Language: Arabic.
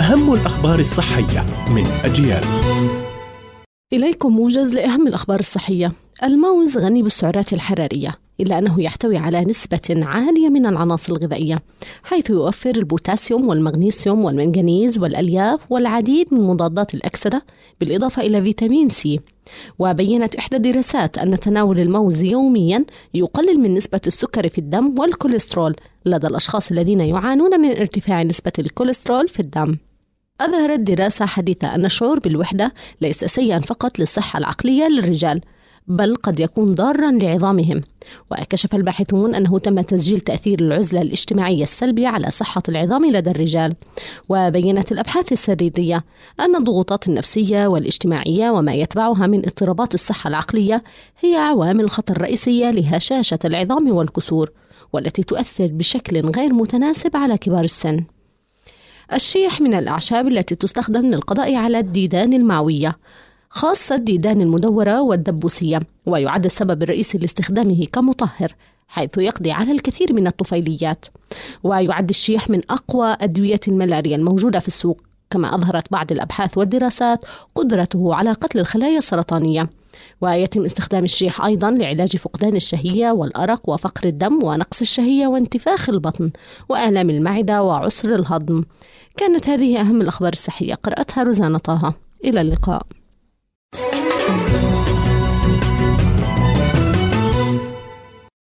أهم الأخبار الصحية من أجيال. إليكم موجز لأهم الأخبار الصحية. الموز غني بالسعرات الحرارية، إلا أنه يحتوي على نسبة عالية من العناصر الغذائية، حيث يوفر البوتاسيوم والمغنيسيوم والمنغنيز والألياف والعديد من مضادات الأكسدة، بالإضافة إلى فيتامين سي. وبينت إحدى الدراسات أن تناول الموز يوميا يقلل من نسبة السكر في الدم والكوليسترول لدى الأشخاص الذين يعانون من ارتفاع نسبة الكوليسترول في الدم. أظهرت دراسة حديثة أن الشعور بالوحدة ليس سيئا فقط للصحة العقلية للرجال، بل قد يكون ضارا لعظامهم. وكشف الباحثون أنه تم تسجيل تأثير العزلة الاجتماعية السلبية على صحة العظام لدى الرجال. وبينت الأبحاث السريرية أن الضغوطات النفسية والاجتماعية وما يتبعها من اضطرابات الصحة العقلية هي عوامل خطر رئيسية لهشاشة العظام والكسور، والتي تؤثر بشكل غير متناسب على كبار السن. الشيح من الأعشاب التي تستخدم للقضاء على الديدان المعوية، خاصة الديدان المدورة والدبوسية، ويعد السبب الرئيسي لاستخدامه كمطهر، حيث يقضي على الكثير من الطفيليات. ويعد الشيح من أقوى أدوية الملاريا الموجودة في السوق، كما أظهرت بعض الأبحاث والدراسات قدرته على قتل الخلايا السرطانية. ويتم استخدام الشيح أيضا لعلاج فقدان الشهية والأرق وفقر الدم ونقص الشهية وانتفاخ البطن وآلام المعدة وعسر الهضم. كانت هذه أهم الأخبار الصحية، قرأتها روزانا طه. إلى اللقاء.